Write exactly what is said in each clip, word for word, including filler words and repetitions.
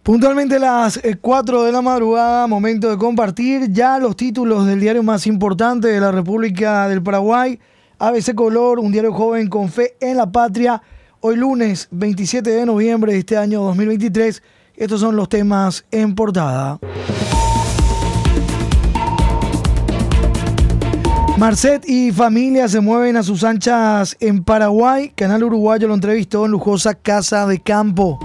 Puntualmente las cuatro de la madrugada, momento de compartir ya los títulos del diario más importante de la República del Paraguay, A B C Color, un diario joven con fe en la patria. Hoy lunes veintisiete de noviembre de este año dos mil veintitrés, estos son los temas en portada. Marcet y familia se mueven a sus anchas en Paraguay. Canal Uruguayo lo entrevistó en lujosa casa de campo.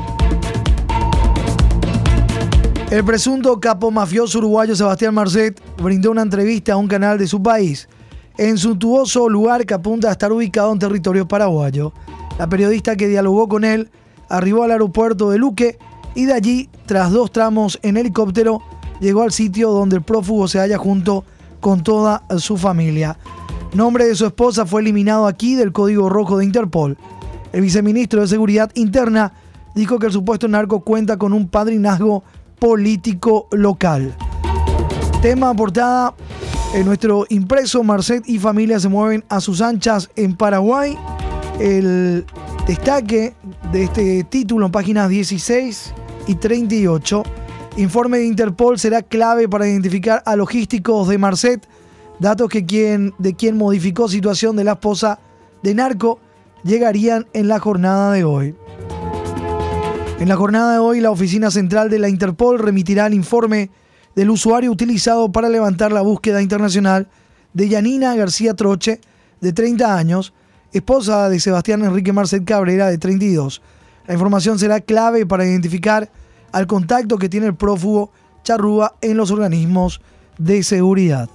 El presunto capo mafioso uruguayo Sebastián Marcet brindó una entrevista a un canal de su país en suntuoso lugar que apunta a estar ubicado en territorio paraguayo. La periodista que dialogó con él arribó al aeropuerto de Luque y de allí, tras dos tramos en helicóptero, llegó al sitio donde el prófugo se halla junto con toda su familia. Nombre de su esposa fue eliminado aquí del código rojo de Interpol. El viceministro de Seguridad Interna dijo que el supuesto narco cuenta con un padrinazgo político local. Tema portada en nuestro impreso: Marcet y familia se mueven a sus anchas en Paraguay. El destaque de este título en páginas dieciséis y treinta y ocho. Informe de Interpol será clave para identificar a logísticos de Marcet. Datos que quien, de quien modificó situación de la esposa de narco llegarían en la jornada de hoy. En la jornada de hoy, la oficina central de la Interpol remitirá el informe del usuario utilizado para levantar la búsqueda internacional de Yanina García Troche, de treinta años, esposa de Sebastián Enrique Marcet Cabrera, de treinta y dos. La información será clave para identificar al contacto que tiene el prófugo Charrúa en los organismos de seguridad.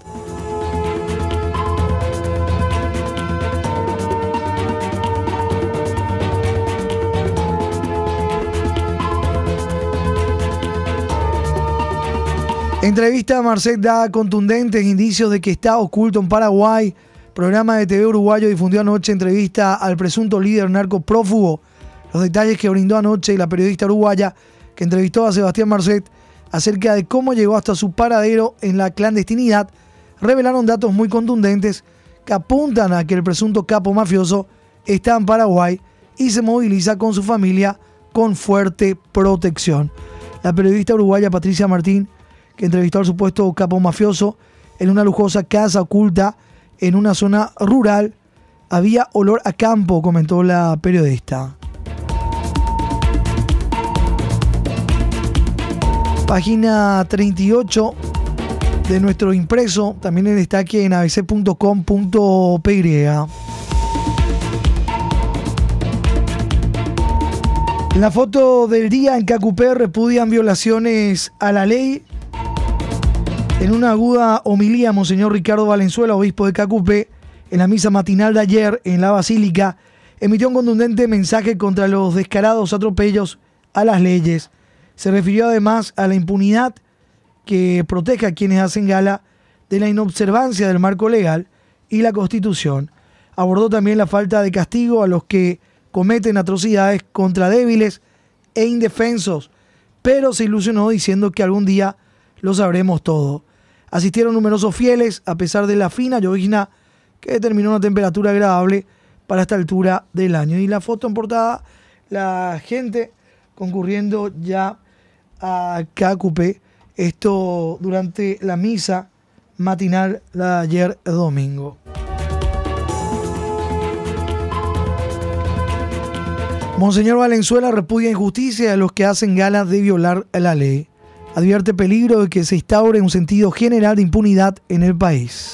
Entrevista a Marcet da contundentes indicios de que está oculto en Paraguay. Programa de T V uruguayo difundió anoche entrevista al presunto líder narco prófugo. Los detalles que brindó anoche la periodista uruguaya que entrevistó a Sebastián Marcet acerca de cómo llegó hasta su paradero en la clandestinidad revelaron datos muy contundentes que apuntan a que el presunto capo mafioso está en Paraguay y se moviliza con su familia con fuerte protección. La periodista uruguaya Patricia Martín, que entrevistó al supuesto capo mafioso en una lujosa casa oculta en una zona rural, había olor a campo, comentó la periodista. Página treinta y ocho de nuestro impreso, también el destaque en a b c punto com punto p y. La foto del día: en Cacupé repudian violaciones a la ley. En una aguda homilía, Monseñor Ricardo Valenzuela, obispo de Cacupé, en la misa matinal de ayer en la Basílica, emitió un contundente mensaje contra los descarados atropellos a las leyes. Se refirió además a la impunidad que protege a quienes hacen gala de la inobservancia del marco legal y la Constitución. Abordó también la falta de castigo a los que cometen atrocidades contra débiles e indefensos, pero se ilusionó diciendo que algún día lo sabremos todo. Asistieron numerosos fieles a pesar de la fina llovizna que determinó una temperatura agradable para esta altura del año. Y la foto en portada, la gente concurriendo ya a Cacupé, esto durante la misa matinal de ayer domingo. Monseñor Valenzuela repudia injusticia a los que hacen gala de violar la ley. Advierte peligro de que se instaure un sentido general de impunidad en el país.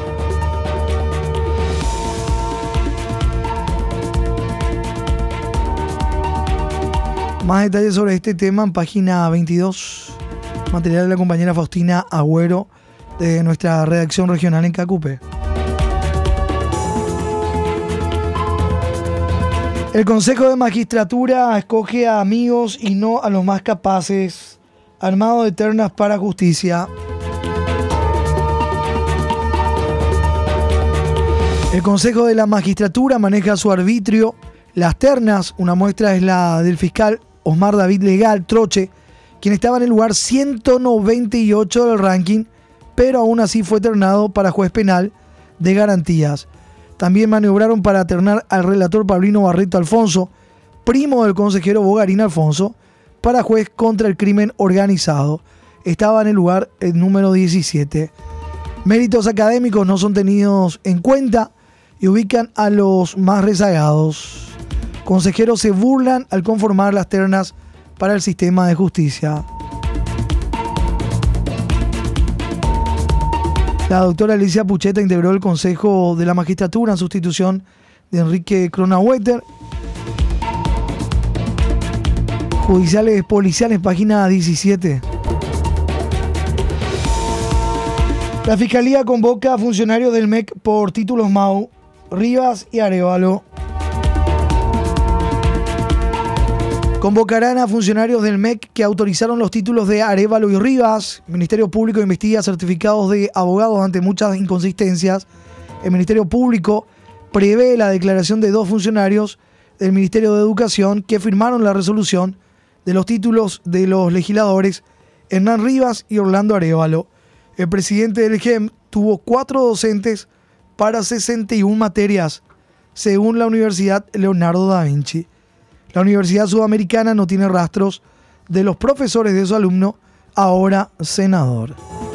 Más detalles sobre este tema en página veintidós. Material de la compañera Faustina Agüero de nuestra redacción regional en Cacupé. El Consejo de Magistratura escoge a amigos y no a los más capaces. Armado de ternas para justicia. El Consejo de la Magistratura maneja su arbitrio. Las ternas, una muestra es la del fiscal Osmar David Legal Troche, quien estaba en el lugar ciento noventa y ocho del ranking, pero aún así fue ternado para juez penal de garantías. También maniobraron para ternar al relator Paulino Barreto Alfonso, primo del consejero Bogarín Alfonso, para juez contra el crimen organizado. Estaba en el lugar el número diecisiete. Méritos académicos no son tenidos en cuenta y ubican a los más rezagados. Consejeros se burlan al conformar las ternas para el sistema de justicia. La doctora Alicia Pucheta integró el Consejo de la Magistratura en sustitución de Enrique Cronaueter. Judiciales policiales, página diecisiete. La Fiscalía convoca a funcionarios del M E C por títulos Mau, Rivas y Arévalo. Convocarán a funcionarios del M E C que autorizaron los títulos de Arévalo y Rivas. El Ministerio Público investiga certificados de abogados ante muchas inconsistencias. El Ministerio Público prevé la declaración de dos funcionarios del Ministerio de Educación que firmaron la resolución de los títulos de los legisladores Hernán Rivas y Orlando Arévalo. El presidente del G E M tuvo cuatro docentes para sesenta y una materias, según la Universidad Leonardo da Vinci. La Universidad Sudamericana no tiene rastros de los profesores de su alumno, ahora senador.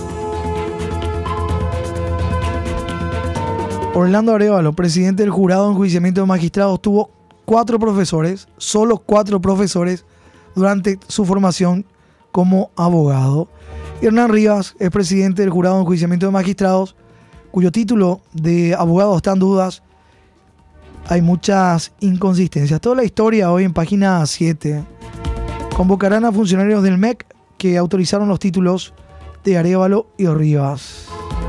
Orlando Arévalo, presidente del jurado de enjuiciamiento de magistrados, tuvo cuatro profesores, solo cuatro profesores, durante su formación como abogado. Hernán Rivas es presidente del jurado de enjuiciamiento de magistrados, cuyo título de abogado está en dudas. Hay muchas inconsistencias. Toda la historia hoy en página siete. Convocarán a funcionarios del M E C que autorizaron los títulos de Arévalo y Rivas.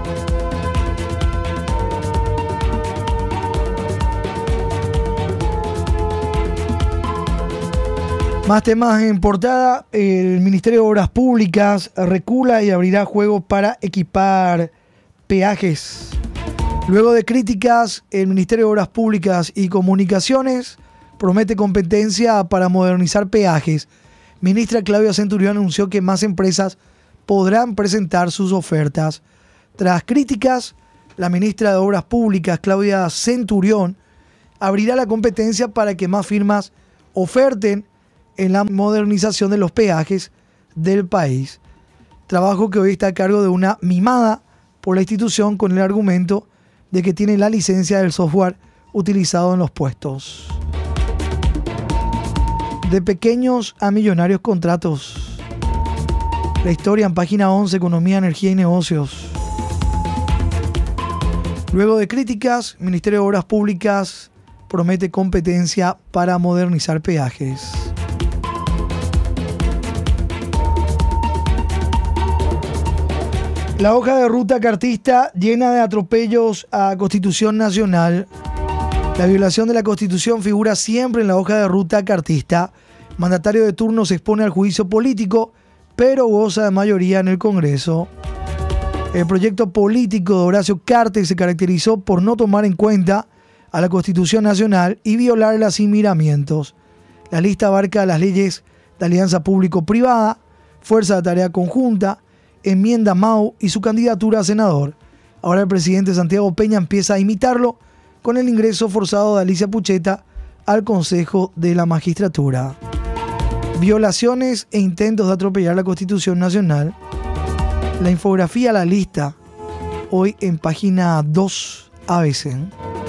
Más temas en portada. El Ministerio de Obras Públicas recula y abrirá juegos para equipar peajes. Luego de críticas, el Ministerio de Obras Públicas y Comunicaciones promete competencia para modernizar peajes. Ministra Claudia Centurión anunció que más empresas podrán presentar sus ofertas. Tras críticas, la ministra de Obras Públicas, Claudia Centurión, abrirá la competencia para que más firmas oferten en la modernización de los peajes del país. Trabajo que hoy está a cargo de una mimada por la institución con el argumento de que tiene la licencia del software utilizado en los puestos. De pequeños a millonarios contratos. La historia en página once, Economía, Energía y Negocios. Luego de críticas, el Ministerio de Obras Públicas promete competencia para modernizar peajes. La hoja de ruta cartista llena de atropellos a Constitución Nacional. La violación de la Constitución figura siempre en la hoja de ruta cartista. Mandatario de turno se expone al juicio político, pero goza de mayoría en el Congreso. El proyecto político de Horacio Cartes se caracterizó por no tomar en cuenta a la Constitución Nacional y violarla sin miramientos. La lista abarca las leyes de alianza público-privada, fuerza de tarea conjunta, enmienda Mau y su candidatura a senador. Ahora el presidente Santiago Peña empieza a imitarlo con el ingreso forzado de Alicia Pucheta al Consejo de la Magistratura. Violaciones e intentos de atropellar la Constitución Nacional. La infografía, la lista, hoy en página dos A B C.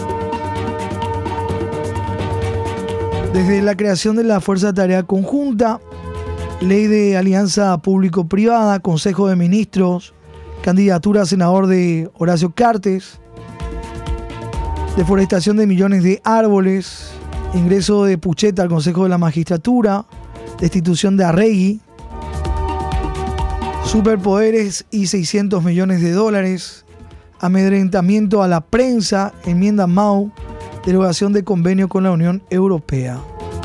Desde la creación de la Fuerza de Tarea Conjunta, Ley de Alianza Público-Privada, Consejo de Ministros, candidatura a senador de Horacio Cartes, deforestación de millones de árboles, ingreso de Pucheta al Consejo de la Magistratura, destitución de Arregui, superpoderes y seiscientos millones de dólares, amedrentamiento a la prensa, enmienda Mau, derogación de convenio con la Unión Europea.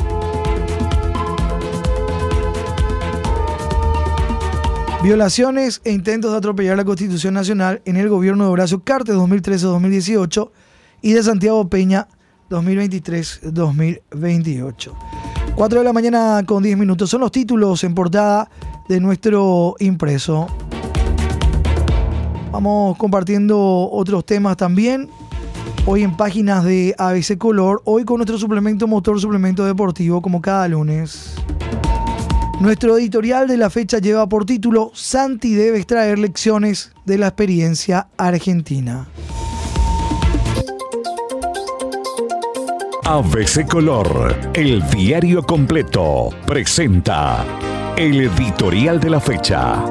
Violaciones e intentos de atropellar la Constitución Nacional en el gobierno de Horacio Cartes dos mil trece a dos mil dieciocho y de Santiago Peña dos mil veintitrés a dos mil veintiocho. cuatro de la mañana con diez minutos. Son los títulos en portada de nuestro impreso. Vamos compartiendo otros temas también. Hoy en páginas de A B C Color. Hoy con nuestro suplemento motor, suplemento deportivo, como cada lunes. Nuestro editorial de la fecha lleva por título Santi debe extraer lecciones de la experiencia argentina. A B C Color, el diario completo, presenta el editorial de la fecha.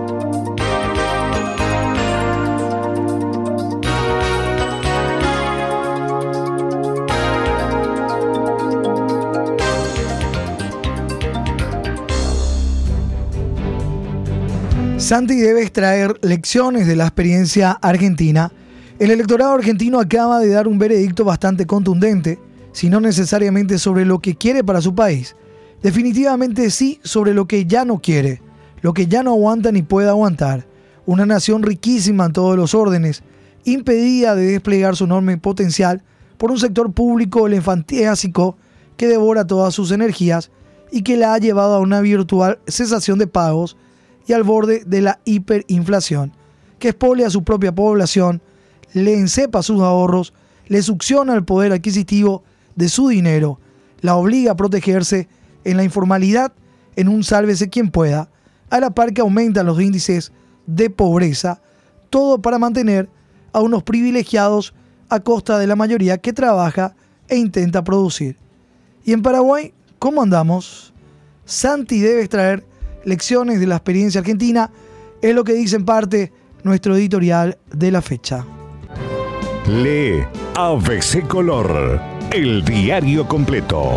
Santi debe extraer lecciones de la experiencia argentina. El electorado argentino acaba de dar un veredicto bastante contundente, si no necesariamente sobre lo que quiere para su país. Definitivamente sí sobre lo que ya no quiere, lo que ya no aguanta ni puede aguantar. Una nación riquísima en todos los órdenes, impedida de desplegar su enorme potencial por un sector público elefantiásico que devora todas sus energías y que la ha llevado a una virtual cesación de pagos y al borde de la hiperinflación, que expolia a su propia población, le encepa sus ahorros, le succiona el poder adquisitivo de su dinero, la obliga a protegerse en la informalidad, en un sálvese quien pueda, a la par que aumentan los índices de pobreza, todo para mantener a unos privilegiados a costa de la mayoría que trabaja e intenta producir. Y en Paraguay, ¿cómo andamos? Santi debe extraer lecciones de la experiencia argentina, es lo que dice en parte nuestro editorial de la fecha. Lee A B C Color, el diario completo.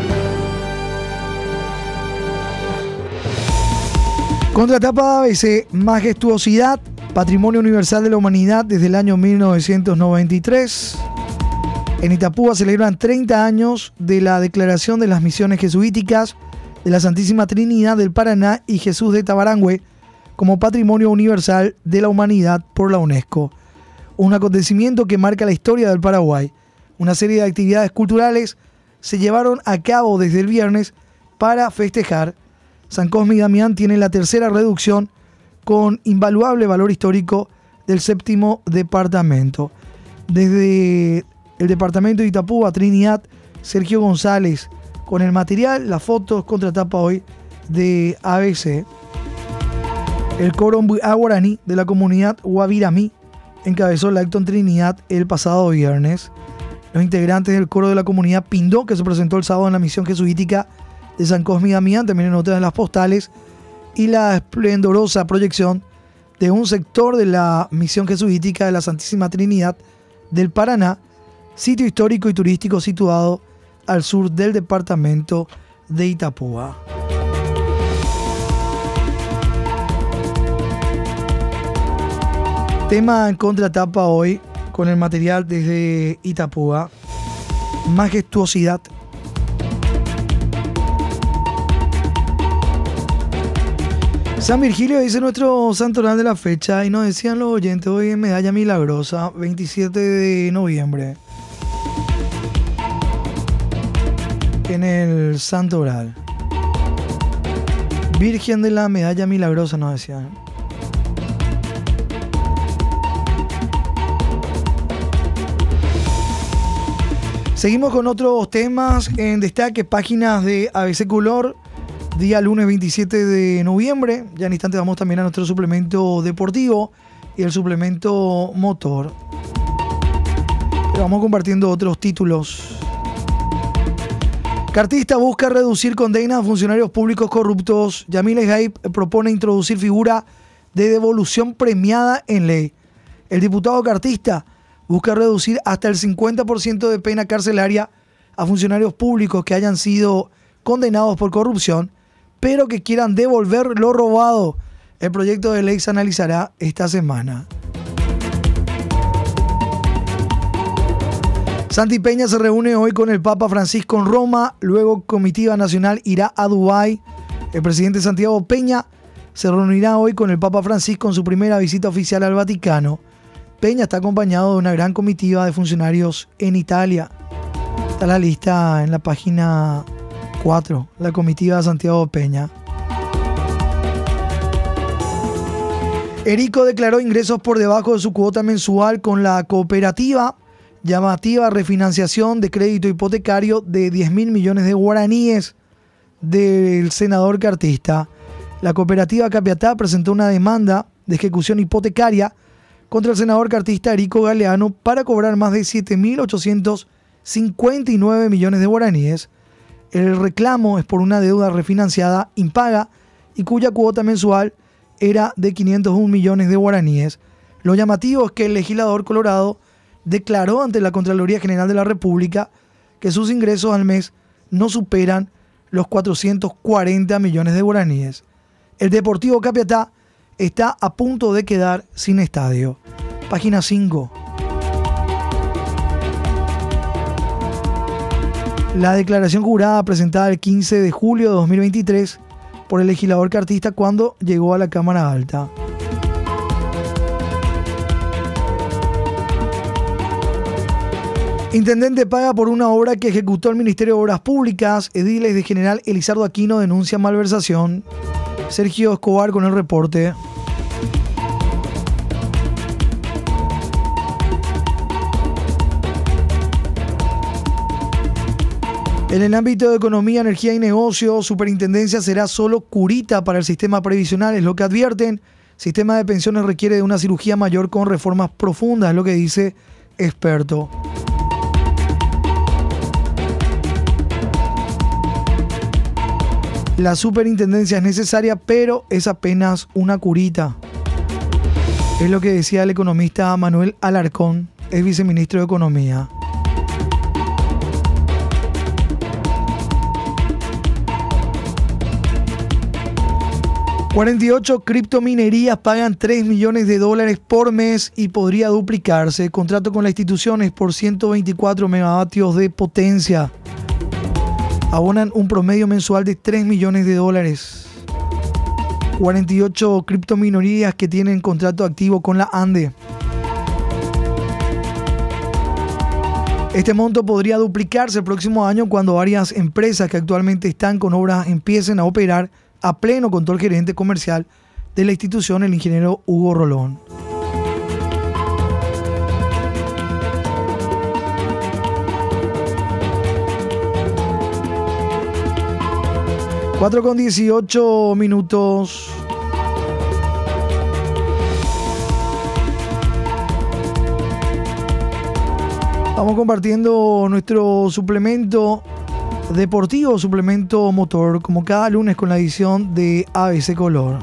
Contratapa A B C, majestuosidad, patrimonio universal de la humanidad desde el año mil novecientos noventa y tres. En Itapúa celebran treinta años de la declaración de las misiones jesuíticas de la Santísima Trinidad del Paraná y Jesús de Tabarangüe como Patrimonio Universal de la Humanidad por la UNESCO. Un acontecimiento que marca la historia del Paraguay. Una serie de actividades culturales se llevaron a cabo desde el viernes para festejar. San Cosme y Damián tiene la tercera reducción con invaluable valor histórico del séptimo departamento. Desde el departamento de Itapúa, Trinidad, Sergio González, con el material, las fotos, contratapa hoy de A B C. El coro guaraní de la comunidad Guaviramí encabezó el acto en Trinidad el pasado viernes. Los integrantes del coro de la comunidad Pindó, que se presentó el sábado en la misión jesuítica de San Cosme y Damián, también en otras de las postales, y la esplendorosa proyección de un sector de la misión jesuítica de la Santísima Trinidad del Paraná, sitio histórico y turístico situado al sur del departamento de Itapúa. Tema en contratapa hoy con el material desde Itapúa. Majestuosidad. San Virgilio dice nuestro santoral de la fecha y nos decían los oyentes hoy en Medalla Milagrosa, veintisiete de noviembre. En el santoral. Virgen de la Medalla Milagrosa nos decían. Seguimos con otros temas en destaque, páginas de A B C Color, día lunes veintisiete de noviembre. Ya en instante vamos también a nuestro suplemento deportivo y el suplemento motor. Pero vamos compartiendo otros títulos. Cartista busca reducir condenas a funcionarios públicos corruptos. Yamil Esgaib propone introducir figura de devolución premiada en ley. El diputado cartista busca reducir hasta el cincuenta por ciento de pena carcelaria a funcionarios públicos que hayan sido condenados por corrupción, pero que quieran devolver lo robado. El proyecto de ley se analizará esta semana. Santi Peña se reúne hoy con el Papa Francisco en Roma, luego comitiva nacional irá a Dubái. El presidente Santiago Peña se reunirá hoy con el Papa Francisco en su primera visita oficial al Vaticano. Peña está acompañado de una gran comitiva de funcionarios en Italia. Está la lista en la página cuatro, la comitiva de Santiago Peña. Erico declaró ingresos por debajo de su cuota mensual con la cooperativa. Llamativa refinanciación de crédito hipotecario de diez mil millones de guaraníes del senador cartista. La cooperativa Capiatá presentó una demanda de ejecución hipotecaria contra el senador cartista Erico Galeano para cobrar más de siete mil ochocientos cincuenta y nueve millones de guaraníes. El reclamo es por una deuda refinanciada impaga y cuya cuota mensual era de quinientos un millones de guaraníes. Lo llamativo es que el legislador colorado declaró ante la Contraloría General de la República que sus ingresos al mes no superan los cuatrocientos cuarenta millones de guaraníes. El Deportivo Capiatá está a punto de quedar sin estadio. Página cinco. La declaración jurada presentada el quince de julio de dos mil veintitrés por el legislador cartista cuando llegó a la Cámara Alta. Intendente paga por una obra que ejecutó el Ministerio de Obras Públicas. Ediles de General Elizardo Aquino denuncian malversación. Sergio Escobar con el reporte. En el ámbito de economía, energía y negocios, superintendencia será solo curita para el sistema previsional, es lo que advierten. Sistema de pensiones requiere de una cirugía mayor con reformas profundas, es lo que dice experto. La superintendencia es necesaria, pero es apenas una curita. Es lo que decía el economista Manuel Alarcón, es viceministro de Economía. cuarenta y ocho criptominerías pagan tres millones de dólares por mes y podría duplicarse. Contrato con la institución es por ciento veinticuatro megavatios de potencia. Abonan un promedio mensual de tres millones de dólares. cuarenta y ocho criptominerías que tienen contrato activo con la ANDE. Este monto podría duplicarse el próximo año cuando varias empresas que actualmente están con obras empiecen a operar a pleno, contó el gerente comercial de la institución, el ingeniero Hugo Rolón. cuatro con dieciocho minutos. Vamos compartiendo nuestro suplemento deportivo, suplemento motor, como cada lunes con la edición de A B C Color.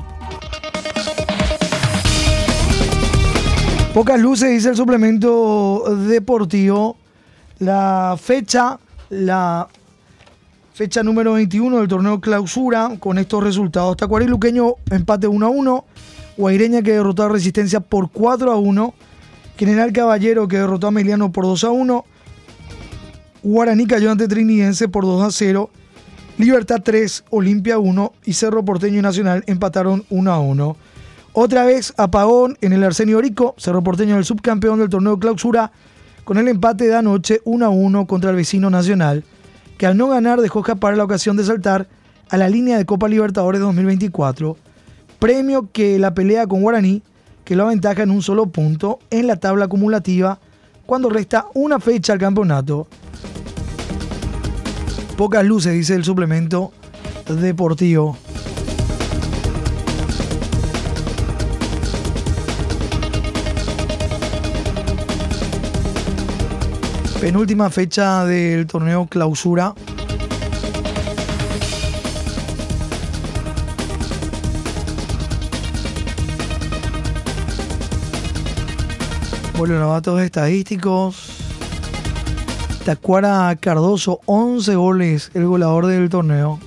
Pocas luces, dice el suplemento deportivo. La fecha, la fecha número veintiuno del torneo Clausura, con estos resultados. Tacuarí Luqueño, empate uno a uno. Guaireña, que derrotó a Resistencia por cuatro a uno. General Caballero, que derrotó a Meliano por dos a uno. Guaraní cayó ante Trinidense por dos a cero. Libertad tres, Olimpia uno y Cerro Porteño y Nacional empataron uno a uno. Otra vez apagón en el Arsenio Orico. Cerro Porteño, el subcampeón del torneo Clausura, con el empate de anoche uno a uno contra el vecino Nacional, que al no ganar dejó escapar la ocasión de saltar a la línea de Copa Libertadores dos mil veinticuatro. Premio que la pelea con Guaraní, que lo aventaja en un solo punto en la tabla acumulativa cuando resta una fecha al campeonato. Pocas luces, dice el suplemento deportivo. Penúltima fecha del torneo Clausura. Bueno, los datos estadísticos. Tacuara Cardoso, once goles, el goleador del torneo.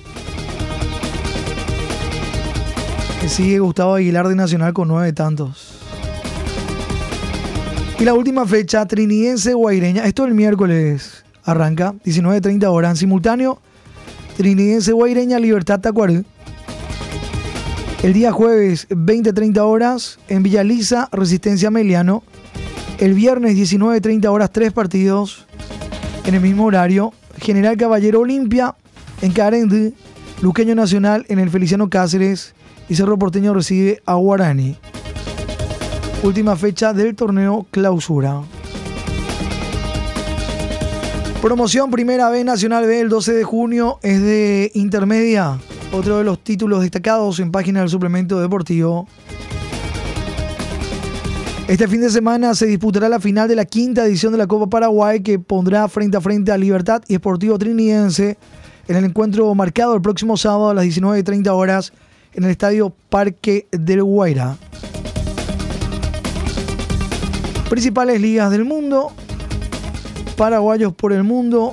Que sigue Gustavo Aguilar de Nacional con nueve tantos. Y la última fecha, Trinidense Guaireña. Esto el miércoles arranca, diecinueve treinta horas. En simultáneo, Trinidense Guaireña, Libertad Tacuarí. El día jueves, veinte treinta horas, en Villa Lisa, Resistencia Meliano. El viernes, diecinueve treinta horas, tres partidos. En el mismo horario, General Caballero Olimpia en Carendí, Luqueño Nacional en el Feliciano Cáceres y Cerro Porteño recibe a Guaraní. Última fecha del torneo Clausura. Promoción Primera B, Nacional B, el doce de junio es de intermedia. Otro de los títulos destacados en página del suplemento deportivo. Este fin de semana se disputará la final de la quinta edición de la Copa Paraguay, que pondrá frente a frente a Libertad y Sportivo Trinidense en el encuentro marcado el próximo sábado a las diecinueve treinta horas en el Estadio Parque del Guairá. Principales ligas del mundo. Paraguayos por el mundo.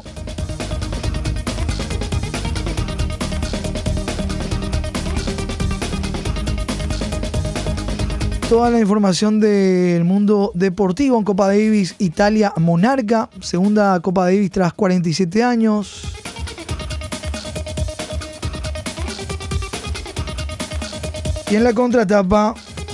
Toda la información del mundo deportivo en Copa Davis, Italia monarca, segunda Copa Davis tras cuarenta y siete años. Y en la contratapa,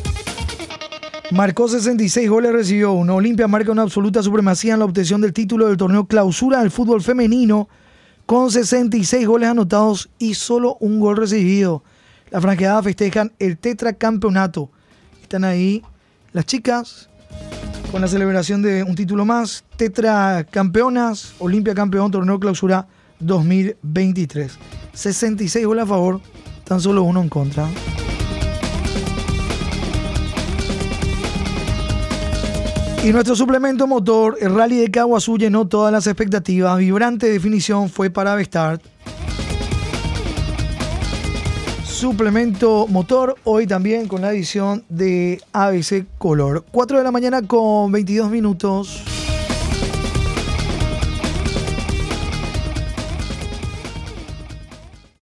marcó sesenta y seis goles, recibió uno. Olimpia marca una absoluta supremacía en la obtención del título del torneo clausura del fútbol femenino con sesenta y seis goles anotados y solo un gol recibido. Las franqueadas festejan el tetracampeonato. Están ahí las chicas con la celebración de un título más. Tetracampeonas, Olimpia campeón, torneo clausura dos mil veintitrés. sesenta y seis goles a favor, tan solo uno en contra. Y nuestro suplemento motor, el Rally de Caguazú, llenó todas las expectativas. Vibrante definición fue para Avestart. Suplemento motor, hoy también con la edición de A B C Color. cuatro de la mañana con veintidós minutos.